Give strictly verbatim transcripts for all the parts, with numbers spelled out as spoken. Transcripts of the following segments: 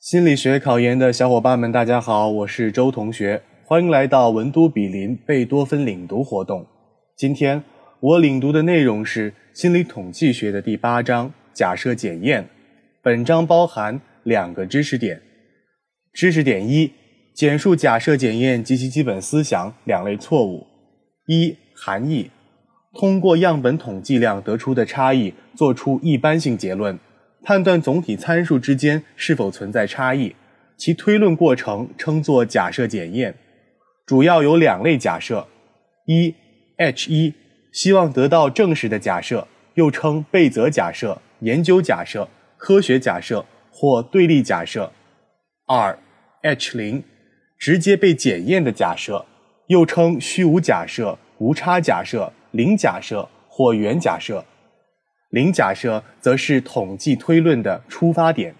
心理学考研的小伙伴们大家好，我是周同学，欢迎来到文都比邻贝多芬领读活动。今天我领读的内容是心理统计学的第八章假设检验。本章包含两个知识点。知识点一，简述假设检验及其基本思想，两类错误。一、含义，通过样本统计量得出的差异做出一般性结论，判断总体参数之间是否存在差异，其推论过程称作假设检验。主要有两类假设。一 H 一 希望得到证实的假设，又称贝泽假设、研究假设、科学假设或对立假设。二 H 零 直接被检验的假设，又称虚无假设、无差假设、零假设或原假设。零假设则是统计推论的出发点。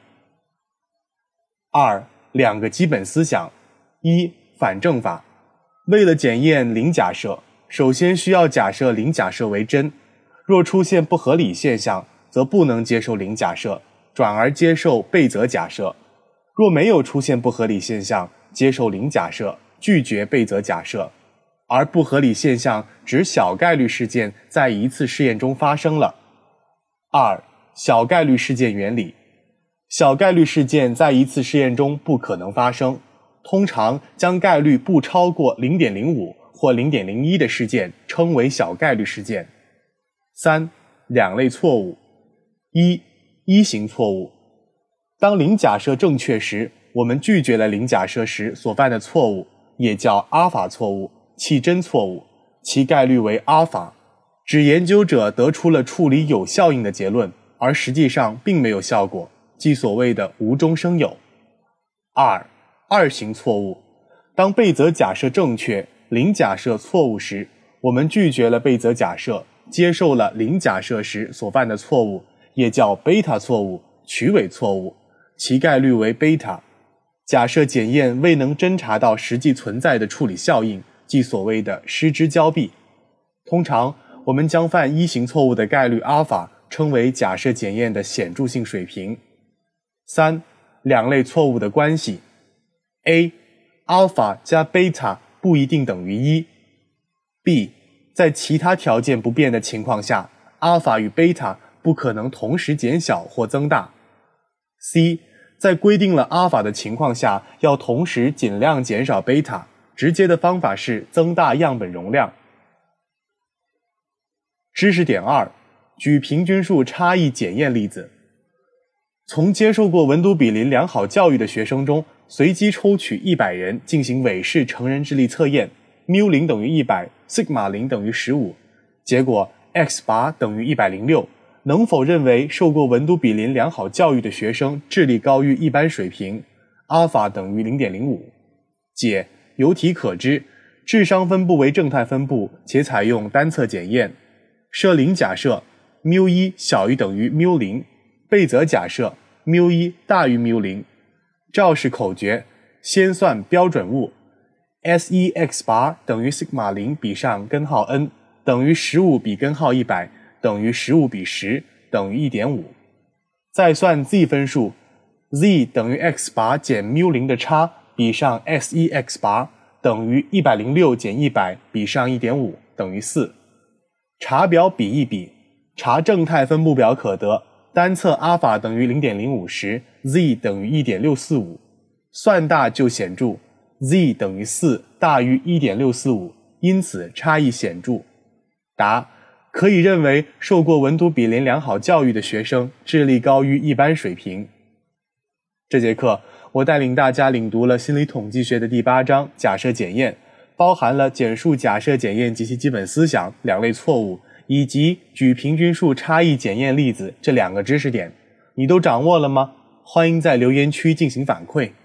二、两个基本思想。一、反证法。为了检验零假设，首先需要假设零假设为真，若出现不合理现象，则不能接受零假设，转而接受贝泽假设。若没有出现不合理现象，接受零假设，拒绝贝泽假设。而不合理现象指小概率事件在一次试验中发生了。二、小概率事件原理。小概率事件在一次试验中不可能发生，通常将概率不超过 零点零五 或 零点零一 的事件称为小概率事件。三、两类错误。一、一型错误。当零假设正确时，我们拒绝了零假设时所犯的错误，也叫阿尔法错误、弃真错误，其概率为阿尔法。指研究者得出了处理有效应的结论，而实际上并没有效果，即所谓的无中生有。二、二型错误。当贝泽假设正确，零假设错误时，我们拒绝了贝泽假设，接受了零假设时所犯的错误，也叫贝塔错误、曲伪错误，其概率为贝塔。假设检验未能侦查到实际存在的处理效应，即所谓的失之交臂。通常我们将犯一型错误的概率阿尔法称为假设检验的显著性水平。三、两类错误的关系。A. 阿尔法加贝塔不一定等于一。B. 在其他条件不变的情况下，阿尔法与贝塔不可能同时减小或增大。C. 在规定了阿尔法的情况下，要同时尽量减少贝塔，直接的方法是增大样本容量。知识点二，举平均数差异检验例子。从接受过文都比邻良好教育的学生中，随机抽取一百人进行韦氏成人智力测验 ，mu 零等于一百 ，sigma 零等于十五，结果 x 八等于一百零六，能否认为受过文都比邻良好教育的学生智力高于一般水平？阿尔法等于 零点零五。解，由题可知，智商分布为正态分布，且采用单侧检验。设零假设 mu 一小于等于 mu 零，贝泽假设 mu 一大于 mu 零。赵氏口诀，先算标准物 S 一 X 八等于 sigma 零比上根号 n 等于十五比根号一百等于十五比十等于 一点五。再算 z 分数 z 等于 x 八减 mu 零的差比上 S 一 X 八等于一百零六减一百比上 一点五等于四。查表比一比，查正态分布表可得，单侧阿尔法等于 零点零五 时 z 等于 一点六四五， 算大就显著 z 等于四大于 一点六四五， 因此差异显著。答，可以认为受过文都比邻良好教育的学生智力高于一般水平。这节课我带领大家领读了心理统计学的第八章假设检验，包含了简述假设检验及其基本思想、两类错误，以及举平均数差异检验例子这两个知识点。你都掌握了吗？欢迎在留言区进行反馈。